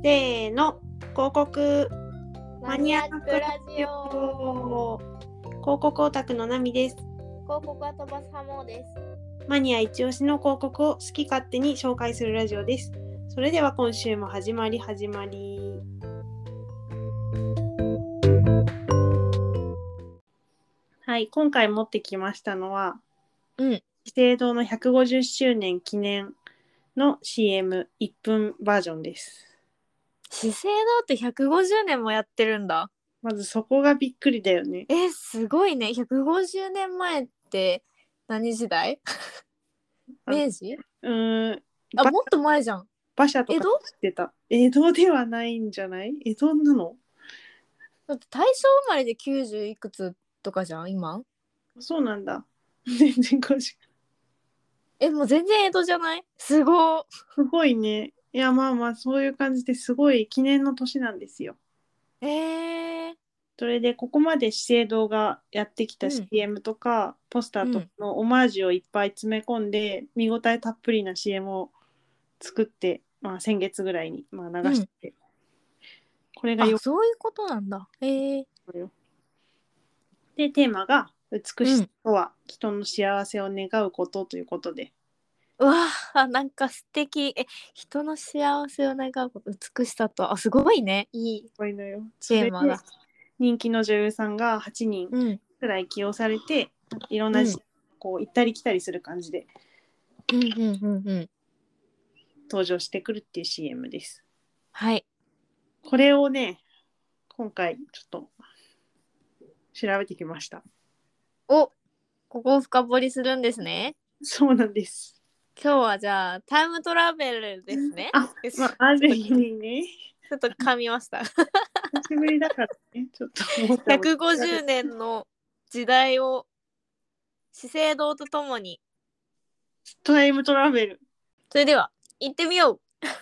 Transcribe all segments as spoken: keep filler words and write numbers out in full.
せーの、広告マニアックラジオ。 広告オタクのナミです。 広告は飛ばすハモーです。 マニア一押しの広告を好き勝手に紹介するラジオです。それでは今週も始まり始まり。はい、今回持ってきましたのは、 うん、 資生堂のひゃくごじゅっしゅうねん記念の シーエムいっぷんバージョンです。 資生堂ってひゃくごじゅうねんもやってるんだ。 まずそこがびっくりだよね。 え、すごいね。ひゃくごじゅうねんまえって何時代？明治？ うーんあ、もっと前じゃん。 馬車とか知ってた。江戸ではないんじゃない？江戸なの？ だって大正生まれできゅうじゅういくつとかじゃん今。 そうなんだ。全然詳しく。 え、もう全然江戸じゃない？すごー。 すごいね。いやまあまあそういう感じですごい記念の年なんですよ。 えー、 それでここまで資生堂がやってきた シーエム とか、ポスターとかのオマージュをいっぱい詰め込んで、見応えたっぷりな シーエム を作って、まあ、先月ぐらいに、まあ、流して、うん、これがよあ、そういうことなんだ。えー、 でテーマが美しさとは人の幸せを願うことということで、 うわあ、なんか素敵。え、人の幸せを願うこと、美しさと、あ、すごいね。いいすごいのよ。 テーマだ。 人気の女優さんがはちにんくらい起用されて、うん、いろんな、うん、こう行ったり来たりする感じで、 うんうんうんうん、 登場してくるっていう シーエム です。 はい。 これをね、今回ちょっと調べてきました。 お、ここを深掘りするんですね。 そうなんです。 今日はじゃあタイムトラベルですね。 あ、まあ、ある意味ね。 ちょっと噛みました。 久しぶりだからね、ちょっと思ったひゃくごじゅうねんの時代を資生堂とともにタイムトラベル。 それでは行ってみよう。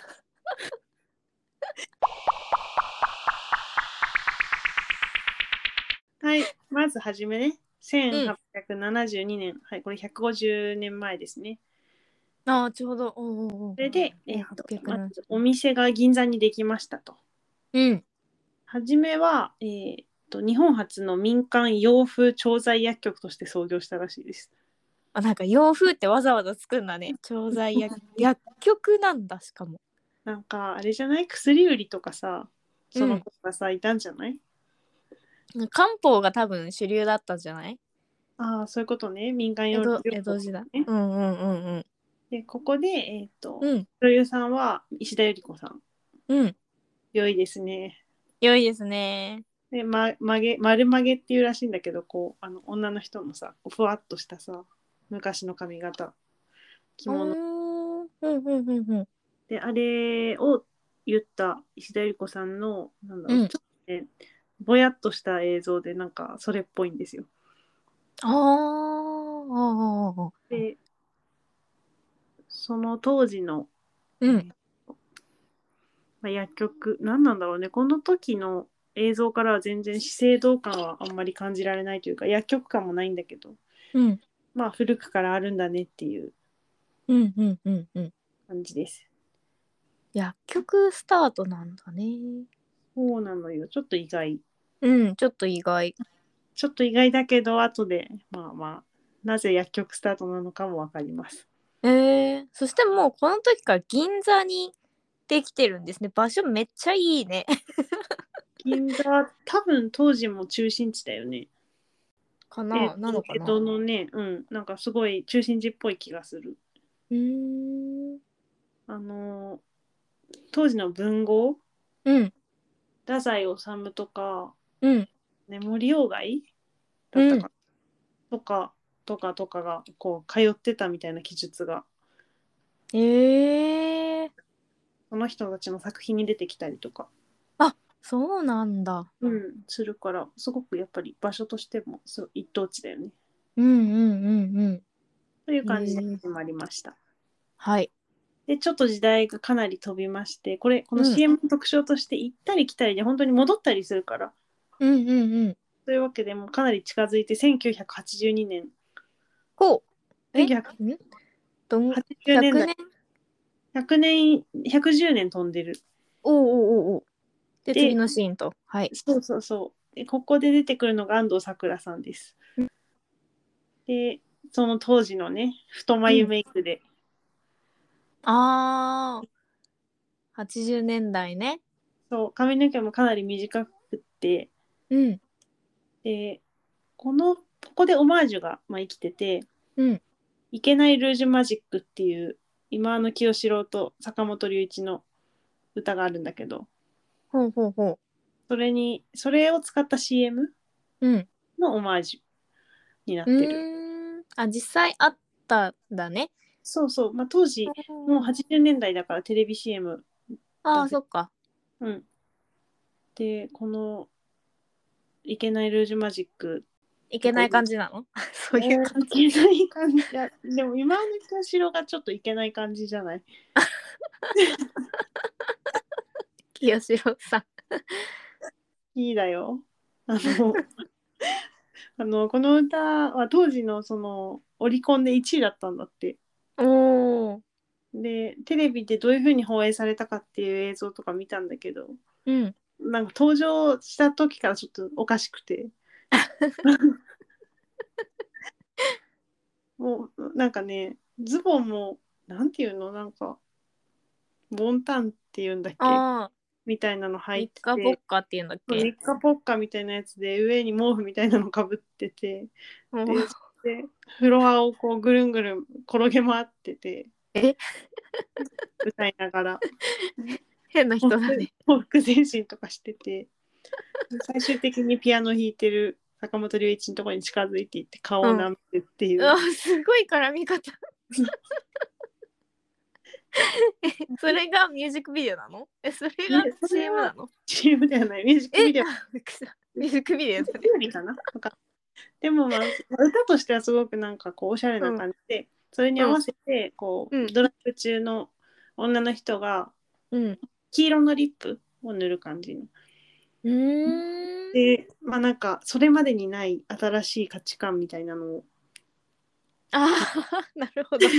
はい、まずはじめね、せんはっぴゃくななじゅうにねん、うん、はい、これひゃくごじゅうねんまえですね。 ああ、ちょうど。おうおうおう。 それで、えーと、まずお店が銀座にできましたと。 うん。 はじめは、えーと、日本初の民間洋風調剤薬局として創業したらしいです。 あ、なんか洋風ってわざわざつくんだね。調剤薬薬局なんだ。しかもなんかあれじゃない？薬売りとかさ、その子がさ、うん、いたんじゃない？ 漢方が多分主流だったんじゃない？ ああ、そういうことね。民間洋江戸、 療法、ね、 江戸時代。うんうんうんうん。 で、ここで、えっ、ー、と、 うん、 女優さんは石田ゆり子さん。 うん。 良いですね。 良いですね。 で、ま、曲げ、丸曲げっていうらしいんだけど、こう、あの、女の人のさ、ふわっとしたさ、昔の髪型、着物。 うんうんうんうん。 で、あれを言った石田ゆり子さんの、なんだろう、うん、ちょっとね、ぼやっとした映像で、なんか、それっぽいんですよ。 ああ。 で、その当時の、 うん、 まあ、薬局、何なんだろうね、この時の映像からは全然資生堂感はあんまり感じられないというか、薬局感もないんだけど、 うん、 まあ古くからあるんだねっていううんうんうんうん。 感じです。 薬局スタートなんだね。 そうなのよ、ちょっと意外。 うん、ちょっと意外。 ちょっと意外だけど、後で、まあまあ、なぜ薬局スタートなのかもわかります。 えー、そしてもうこの時から銀座にできてるんですね。場所めっちゃいいね。 銀座、多分当時も中心地だよね。 かな、なのかな。 江戸のね、うん、なんかすごい中心地っぽい気がする。 うーん。 あの、当時の文豪、 うん。 太宰治とか、 うん。 ね、森鴎外だったか、うん、とか、とかとかが、こう、通ってたみたいな記述が。 えー。 その人たちの作品に出てきたりとか。 あ、そうなんだ。 うん、するから、すごくやっぱり場所としてもそう一等地だよね。 うんうんうんうん。 という感じで始まりました。 はい。 で、ちょっと時代がかなり飛びまして、これ、このうん、 シーエム の特徴として行ったり来たりで本当に戻ったりするから。 うんうんうん。 というわけでもうかなり近づいてせんきゅうひゃくはちじゅうにねん。 こう。え、 せんきゅうひゃくはちじゅうねんだい。 ひゃくねんひゃくねん、ひゃくじゅうねん飛んでる。 おうおうおうおう。で、 で次のシーンと。はい。 そうそうそう。で、ここで出てくるのが安藤サクラさんです。で、その当時のね、太眉メイクで。 ああ、はちじゅうねんだいね。 そう、髪の毛もかなり短くって、 うん。 で、この、ここでオマージュが、まあ、生きてて、 うん。 いけないルージュマジックっていう、今の清志郎と坂本龍一の歌があるんだけど、 ほうほうほそれに、それを使った シーエムう。うん。 のオマージュになっうてる。 ーん。あ、実際あったんだね。 そうそう、まあ、当時、もううんはちじゅうねんだいだからテレビ シーエムああ、 出せ。 そっか。 うん。で、この、いけないルージュマジックいけないとこういう、 感じなのそういう感えー、いけない感じ。いや、でも今の清志郎がちょっといけない感じじゃない？ じ。清志郎さん。 いいだよ。あの、あの、この歌は当時のその、オリコンでいちいだったんだって。 おー。 で、テレビでどういう風に放映されたかっていう映像とか見たんだけど、 うん。 なんか登場した時からちょっとおかしくて、もうなんかね、ズボンも、なんていうの、なんか、ボンタンっていうんだっけああ、 みたいなの入っ日課ポッてて、 カっていうんだっけ。 日課ポッカみたいなやつで上に毛布みたいなのかぶってて、 もうで、でフロアをこうぐるんぐるん転げ回ってて、 え、 歌いながら、 変な往復人だね。 往復前進とかしてて、最終的にピアノ弾いてる坂本龍一のところに近づいていって顔うん。 を舐めるっていう。 うわ、すごい絡み方。え、それがミュージックビデオなの？え、それいや、 がそれシーエムはなの？ シーエム ではない、ミュージッえ、 クビデオ。 あ、びっくりした。ミュージックビデオだね。 よりかなわかんでもまあ、歌としてはすごくなんかこうおしゃれなうん。 感じで、それに合うん。 わせてこうん。 うドライブ中の女の人がうん。 黄色のリップを塗る感じの。 うーん。 で、まあなんかそれまでにない新しい価値観みたいなのを、 ああ、なるほど。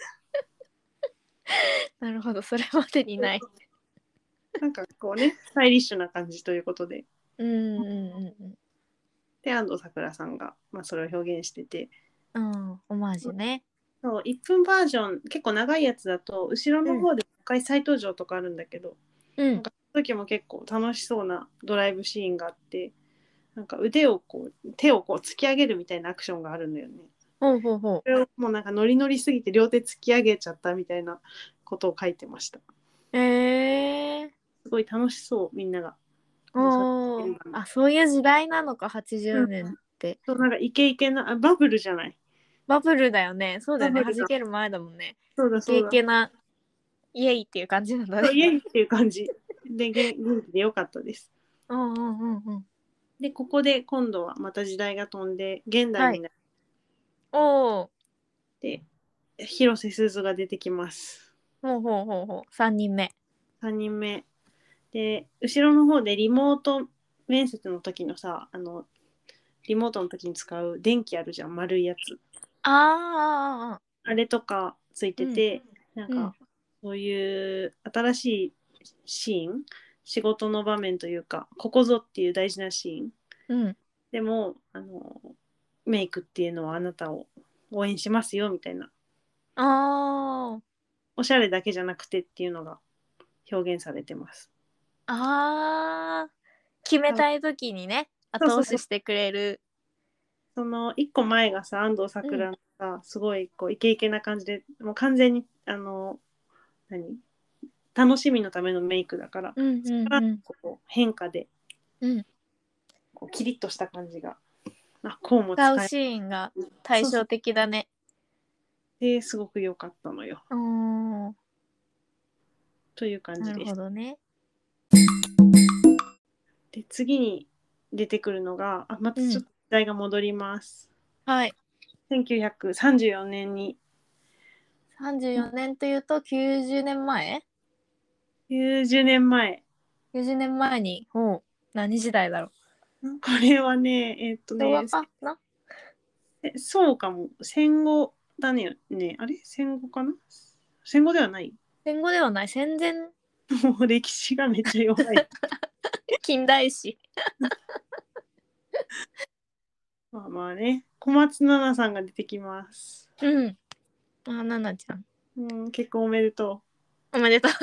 なるほど。それまでにない。 なんかこうね、スタイリッシュな感じということで、 うんうんで、安藤サクラさんが、まあ、それを表現してて、 うんうん。うん、オマージュね。 そういっぷんバージョン、結構長いやつだと、後ろうん。 の方でもう一回再登場とかあるんだけど、 うん。 なんかその時も結構楽しそうなドライブシーンがあって、なんか腕をこう、手をこう突き上げるみたいなアクションがあるんだよね。 ほうほうほそれをもうなんかノリノリすぎて両手突き上げちゃったみたいなことを書いてました。 う。えー。 すごい楽しそう、みんなが。もうそれおー。あ、そういう時代なのか、80 うん、 年って。 そうなんかイケイケな、あ、バブルじゃない。 バブルだよね。そうだよね。 バブルだ。 弾ける前だもんね。イケイそうだそうだ。 ケな、イエイっていう感じなんだね。 そうイエイっていう感じ。で、元元気でよかったです。 うんうんうんうん。 で、ここで今度はまた時代が飛んで、現代はい。 になっおー。 て、広瀬すずが出てきます。 ほうほうほうほう。さんにんめ。 さんにんめ。で、後ろの方でリモート面接の時のさ、あの、リモートの時に使う電気あるじゃん、丸いやつ。 あーあーあー。 あれとかついてうん。 て、なんうん。 か、そういう新しいシーン、仕事の場面というか、ここぞっていう大事なシーン。 うん。 でも、あの、メイクっていうのはあなたを応援しますよ、みたいな。 あー。 おしゃれだけじゃなくてっていうのが表現されてます。 あー。決めたい時にね、後そうそうそう。 押ししてくれる。 その一個前がさ、安藤サうん。 クラのさ、すごいこうイケイケな感じで、もう完全に、あの、何楽しみのためのメイクだから、 うんそこからうんうん。 こう変化で、 うん。 こうキリッとした感じが、あ、こうも使え使うシーンがる。 対照そうそう。 的だね。 で、すごく良かったのよ。 うーん。 という感なるじです。 ほどね。 で、次に出てくるのが、あ、またうん。 ちょっと時代が戻ります。 はい。 せんきゅうひゃくさんじゅうよねんに、 さんじゅうよねんというときゅうじゅうねんまえ？ きゅうじゅうねんまえ。 きゅうじゅう 年前に、ほう、何時代だろう。 これはね、えーっと昭和ね、 かな？ えそうかも。戦後だね。ね、あれ戦後かな戦後ではない戦後ではない、戦前もう歴史がめっちゃ弱い。 近代史。 まあまあね、小松菜奈さんが出てきます。 うん。あ、ななちゃん。 うん、結婚おめでとおめでとう。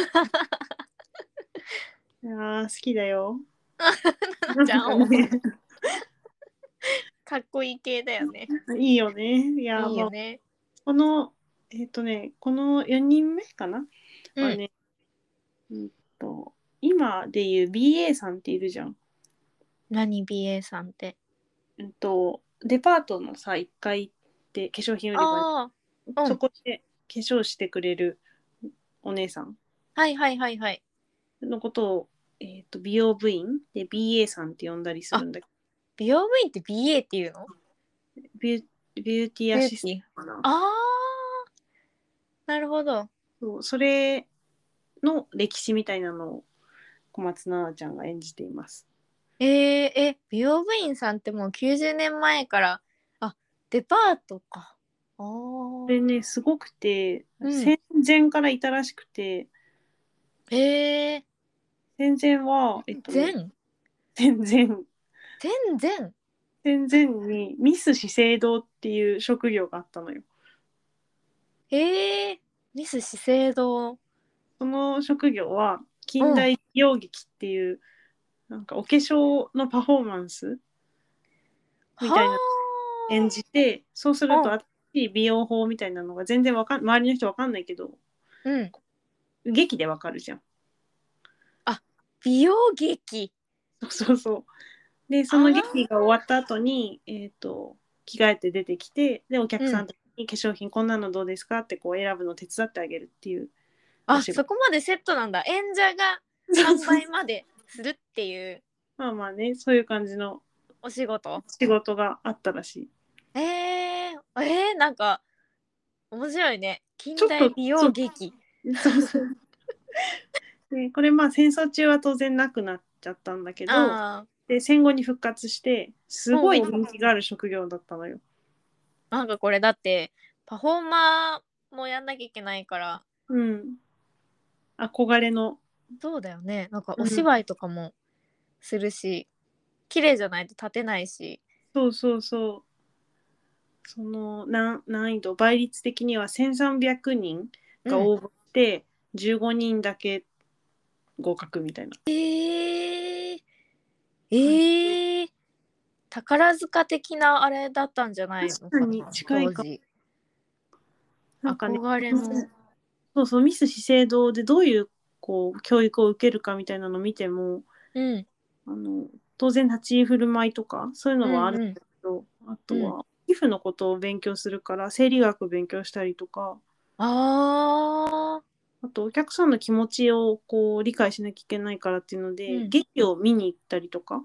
う。いやー、好きだよ。 ななんなちゃんを。 かね、 かっこいい系だよね。 いいよね。いやー、まあ、 いいよね。 この、えっとね、このよにんめかなうん。 はね、うんと、今でいう ビーエー さんっているじゃん。 何 ビーエー さんって。 うんと、デパートのさ、いっかいって化粧品売り場に、 ああ、うん。 そこで化粧してくれるお姉さんはいはいはいはい。 のことを、えっと、美容部員で ビーエー さんって呼んだりすあ、 るんだけ美容部員って ビーエー っていうの？ ど、ビュビューティーアシスタンビューティー。 トかな。 ああ、なるほど。 そう、それの歴史みたいなのを小松菜奈ちゃんが演じています。 えー、え、美容部員さんってもうきゅうじゅうねんまえから、あ、デパートか。ああ、 でね、すごくて、 うん。 戦前からいたらしくて、 えー、 戦前は、えっとね、 全戦前、 全然戦前にミス資生堂っていう職業があったのよ。 えー、ミス資生堂。 その職業は近うん。 代美容劇っていう、なんかお化粧のパフォーマンスみはたいなのを演じて、そうするあ。うん。 と新しい美容法みたいなのが全然わかん、周りの人わかんないけど、 うん。 劇でわかるじゃん。 あ、美容劇。 そうそうそう。で、そのあ劇が終わった後に、えっと、着替えて出てきて、で、お客ー、うん。 さんに化粧品こんなのどうですかってこう選ぶのを手伝ってあげるっていうおあ、 仕事。 そこまでセットなんだ。演者が販そうそう。 売までするっていうまあまあね、そういう感じのお仕事。 仕事があったらしい。 えー、えー、なんか面白いね。 ちょっと、 近代美そう、 容劇。 そうそう。で、これまあ戦争中は当然なくなっちゃったんだけど、 ああ、 で、戦後に復活して、すごいほうほうほう。 人気がある職業だったのよ。 なんかこれだってパフォーマーもやんなきゃいけないから、 うん。憧れの。 そうだよね。なんかうん。 お芝居とかもするし、綺麗じゃないと立てないし。 そうそうそう。その難難易度、倍率的にはせんさんびゃくにんうん。 が応募して、じゅうごにんだけ合格みたいなえー、え感じ。 ー、宝塚的なあれだったんじゃないの確かにかな、 近いか。 当時。 なんかね、 憧れの。 そうそう、ミス資生堂でどういうこう教育を受けるかみたいなのを見ても、 うん。 あの当然立ち居振る舞いとかそういううのはあるんんうん。 だけど、あうん。 とは皮膚のことを勉強するから生理学勉強したりとか、 ああ。 あとお客さんの気持ちをこう理解しなきゃいけないからっていうので、 うん。 劇を見に行ったりとか、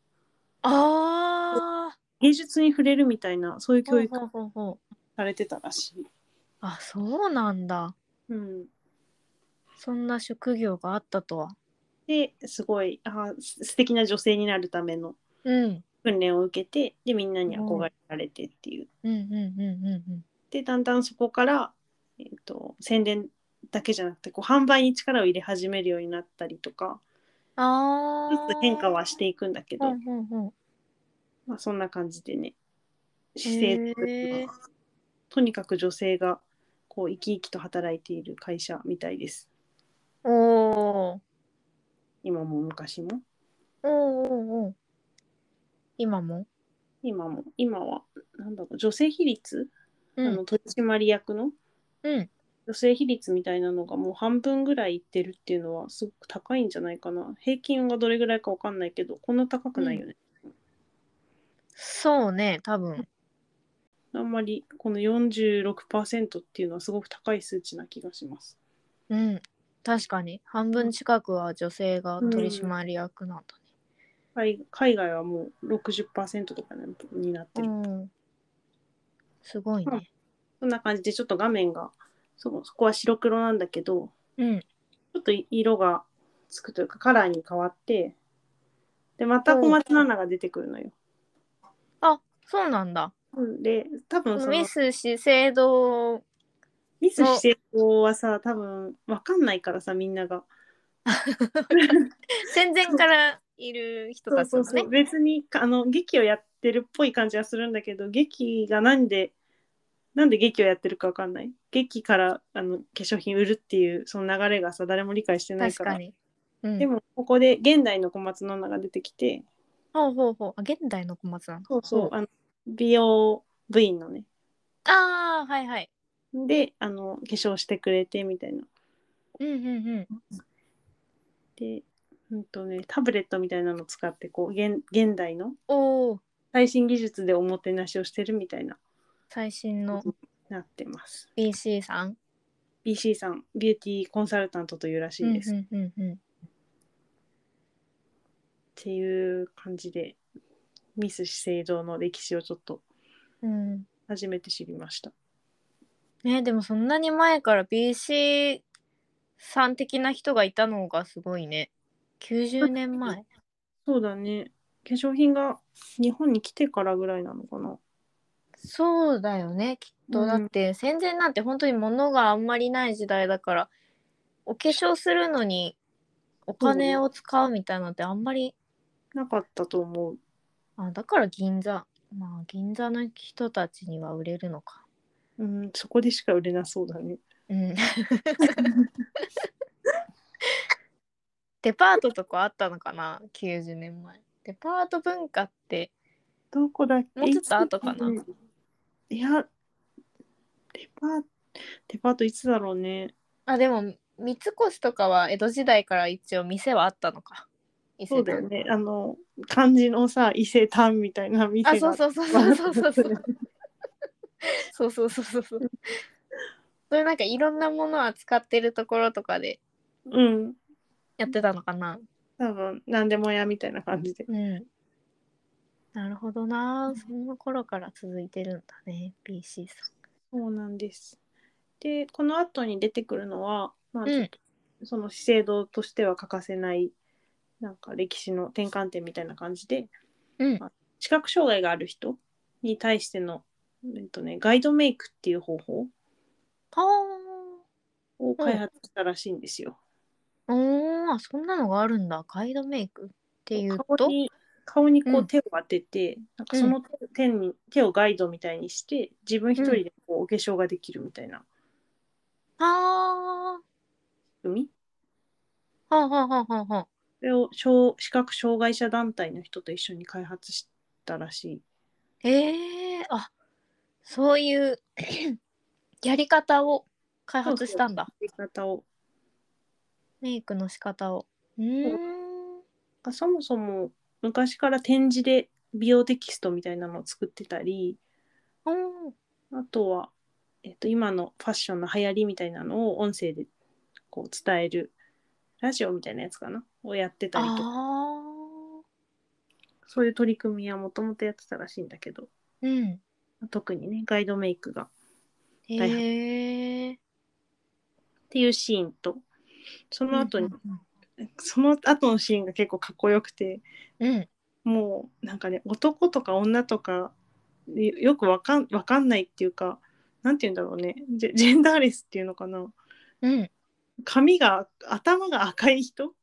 ああ。 芸術に触れるみたいな、そういう教育ほうほうほうほう。 されてたらしい。 あ、そうなんだ。 うん、 そんな職業があったとは。 で、すごいあ素敵な女性になるためのうん。 訓練を受けて、で、みんなに憧うん。 れられてっていう。 うんうんうんうんうん。 で、だんだんそこから、えーと、宣伝だけじゃなくてこう販売に力を入れ始めるようになったりとか、ちょっと変化ああ。 はしていくんだけど、 ほんほんほん。 まあ、そんな感じでね、姿勢へえ。 とにかく女性がこう生き生きと働いている会社みたいです。 おお。 今も昔も。 おおおお。今も。 今も、今は、なんだろう、女性比率、 うん。 あの取締役のうん。 女性比率みたいなのがもう半分ぐらいいってるっていうのはすごく高いんじゃないかな。平均がどれぐらいかわかんないけど、こんな高くうん。 ないよね。 そうね、多分。 あんまりこのよんじゅうろくパーセントっていうのはすごく高い数値な気がします。 うん。確かに。半分近くは女性がう取ん、 締役なんだ海海外はもうろくじゅっパーセントとかになってね。 る。 うん。すごいまあ、 ね。 そんな感じでちょっと画面がそそこは白黒なんだけど、 うん。 ちょっと色がつくというかカラーに変わって、でまた小おう。 松菜奈が出てくるのよ。 あ、そうなんだ。 うんで多分そのミス資生堂ミス資の、 生堂はさ多分わかんないからさみんなが。 戦前からいる人そうたちだね。 そうそう。別にあの劇をやってるっぽい感じはするんだけど、劇がなんで、なんで劇をやってるかわかんない。劇からあの化粧品売るっていうその流れがさ、誰も理解してないから。 確かに。うん。 でも、ここで現代の小松菜奈が出てきて、 ほうほうほう。あ、現代の小松菜。 そうそう、 ほう。 あの美容部員のね。 ああ、はいはい。 で、あの化粧してくれてみたいな。 うんうんうん。 で、うんとね、タブレットみたいなのを使ってこう現現代のおお、 最新技術でおもてなしをしてるみたいな最新のなってます。 ビーシー さん。 ビーシー さん、ビューティーコンサルタントというらしいです。 うんうんうんうん。 っていう感じで、ミス資生堂の歴史をちょっとうん。 初めて知りました。 ね、でもそんなに前から ビーシー さん的な人がいたのがすごいね。きゅうじゅうねんまえ。 そうだね。化粧品が日本に来てからぐらいなのかな。 そうだよね、きっと。だっうん。 て戦前なんて本当に物があんまりない時代だから、お化粧するのにおそうね。 金を使うみたいなのってあんまり、 なかったと思う。 あ、だから銀座。まあ銀座の人たちには売れるのか。 うん、そこでしか売れなそうだね。 うん。デパートとかあったのかな ?きゅうじゅう 年前。デパート文化ってどこだっけいつ、 もうちょっと後かな。 いや、デパート、デパートいつだろうね。 あ、でも三越とかは江戸時代から一応店はあったのか。伊勢丹。 そうだよね。あの、漢字のさ、伊勢丹みたいなあ、 店が。 そうそうそうそうそうそうそう。そうそうそうそうそう。そういうなんかいろんなものを扱ってるところとかでうん。 やってたのかな。 多分、なんでも屋みたいな感じで。 うん。なるほどな。その頃から続いてるんだね、ビーシー さそうなんです。で、この後に出てくるのは、まあん。うん。 ちょっと、その資生堂としては欠かせない、なんか歴史の転換点みたいな感じで、 うん。 まあ、視覚障害がある人に対しての、えっとね、ガイドメイクっていう方法はあ。 を開うん。 発したらしいんですよ。 おー、そんなのがあるんだ。ガイドメイクっていうと。 顔に顔にこうん。 う手を当てて、なんかうん。 その手に手をガイドみたいにして、自分一うん。 人でこうお化粧ができるみたいなはあ。 仕組み。 はあはあはあはあはあ。 それを視覚障害者団体の人と一緒に開発したらしい。 ええー、あ、そういうやり方を開そうそう。 発したんだ。 やり方を。 メイクの仕方を。うそうーん。 そもそも昔から展示で美容テキストみたいなのを作ってたり、 うん。 あとは、えっと、今のファッションの流行りみたいなのを音声でこう伝えるラジオみたいなやつかなをやってたりとか、 ああ。 そういう取り組みはもともとやってたらしいんだけど、 うん。 特にね、ガイドメイクがへ大発っえ。 ていうシーンと、そうんの後に、 うんその後のシーンが結構かっこよくて、 うん。うん。 もうなんかね、男とか女とかよくわかん、わかんないっていうか、なんて言うんだろうね、ジェ、ジェンダーレスっていうのかな。 うん。 髪が、頭が赤い人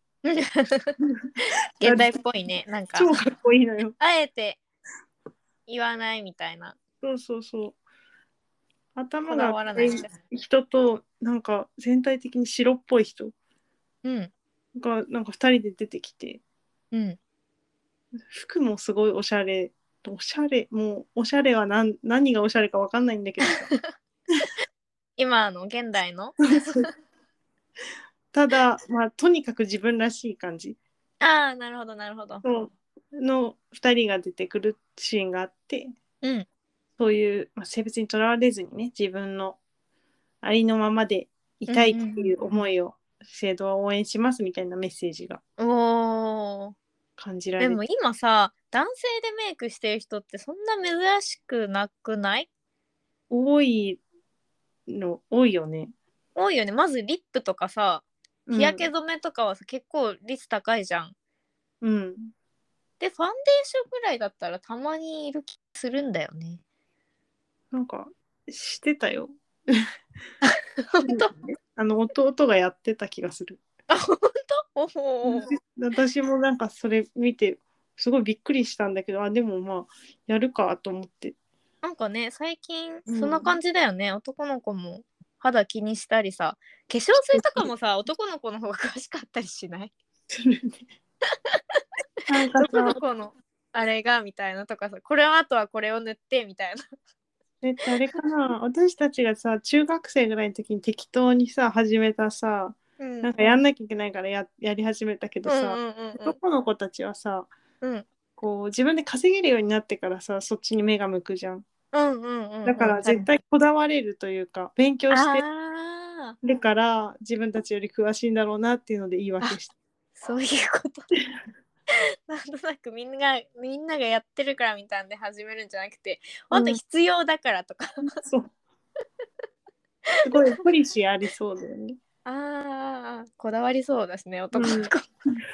が現代っぽいね。なんか、 超かっこいいのよ。 あえて言わないみたいな。 そうそうそう。頭がこだわらないみ赤いたいな。 人と、なんか全体的に白っぽい人うん。 が、なんか二人で出てきて、 うん。 服もすごいおしゃれ。おしゃれ、もう、おしゃれは何、何がおしゃれかわかんないんだけどさ。 今の現代の。 ただ、まあ、とにかく自分らしい感じああ、なるほどなるほど。 そうの二人が出てくるシーンがあって、 うん。 そういう、まあ、性別にとらわれずにね、自分のありのままでいうんたいっていううん思いを制度は応援しますみたいなメッセージがうん。おー。 感じらでもれて、 今さ、男性でメイクしてる人ってそんな珍しくなくない？ 多いの、多いよね。 多いよね。まずリップとかさ、 うん。 日焼け止めとかはさ結構率高いじゃん。 うん。 で、ファンデーションぐらいだったらたまにいる気するんだよね。 なんか、してたよ。 本当？ あの、弟がやってた気がする。 あ、本当？おお。 私もなんかそれ見てすごいびっくりしたんだけど、あでもまあやるかと思って。 なんかね、最近うん、 そんな感じだよね。男の子も肌気にしたりさ、化粧水とかもさ、男の子の方が詳しかったりしない？ するね。なんかどこどさ、 このあれがみたいなとかさ、これはあとはこれを塗ってみたいな。 えっとあれかな、私たちがさ中学生ぐらいの時に適当にさ始めたさ、 うん。 なんかやんなきゃいけないからややり始めたけどさ、 うんうんうんうん。 男の子たちはさ、 うんこう自分で稼げるようになってからさそっちに目が向くじゃん。 うんうんうんだかうん。確かに。 ら絶対こだわれるというか勉強してあるから自分たちより詳しいんだろうなっていうので言いあ、あ、 訳した。 そういうこと。なんとなくみんながみんながやってるからみたいなんで始めるんじゃなくて、ほんとうん、 必要だからとか。 そう。すごいポリシーありそうだよね。 ああ、こだわりそうだしね、 うん。 男の子。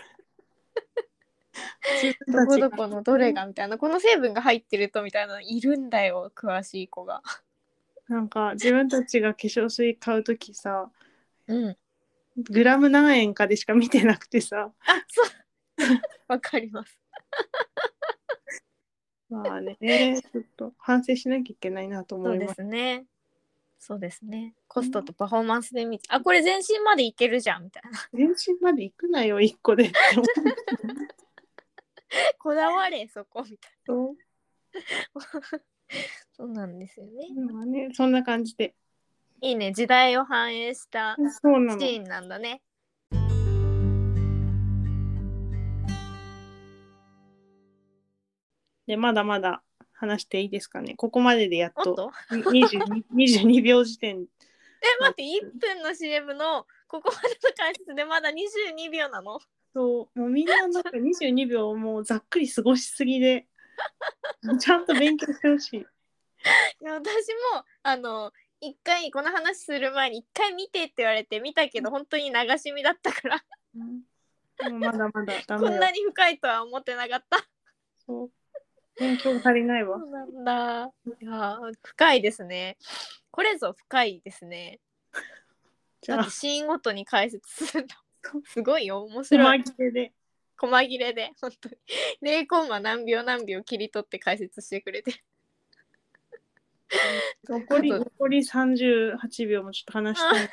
自分どこたちが、 どこのどれがみたいな、この成分が入ってるとみたいなのいるんだよ、詳しい子が。 なんか自分たちが化粧水買うときさ、 うん。 グラム何円かでしか見てなくてさ、 あ、そう、わかります。 まあね、ちょっと反省しなきゃいけないなとそうで思います。 すね。そうですね。コストとパフォーマンスで見て、あ、これ全身までいけるじゃんみたいな。 全身まで行くなよ、いっこでって思う。 こだわれ、そこみたいそう。 な。そうなんですよね。 まあね、そんな感じで。 いいね、時代を反映したそうなの。 シーンなんだね。 で、まだまだ話していいですかね。ここまででやっとおっとにじゅうに、にじゅうにびょう時点。 え、待って、いっぷんの シーエム のここまでの解説でまだにじゅうにびょうなの？ そう、もうみんななんかにじゅうにびょうもうざっくり過ごしすぎで、ちゃんと勉強してほしい。 いや、私もあの一回この話する前に一回見てって言われて見たけど本当に流し見だったからうん、もうまだまだダメよ。 こんなに深いとは思ってなかった。 そう。勉強足りないわ。 そうなんだ。いや、深いですね。これぞ深いですね。 じゃあだって、シーンごとに解説するのすごいよ、面白い。 細切れで。 細切れで本当にゼロコンマ何秒何秒切り取って解説してくれて残り残りさんじゅうはちびょうもちょっと話したいって。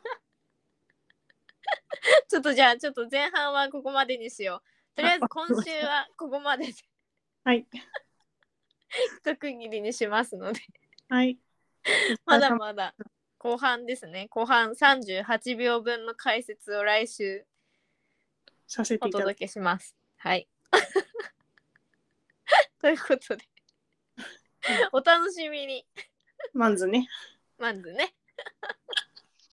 ちょっとじゃあちょっと前半はここまでにしよう。とりあえず今週はここまでではい。 一区切りにしますのではい。 まだまだ後半ですね。後半さんじゅうはちびょうぶんの解説を来週させておいただき届けします。はいということでお楽しみに。 まずね。 まずね。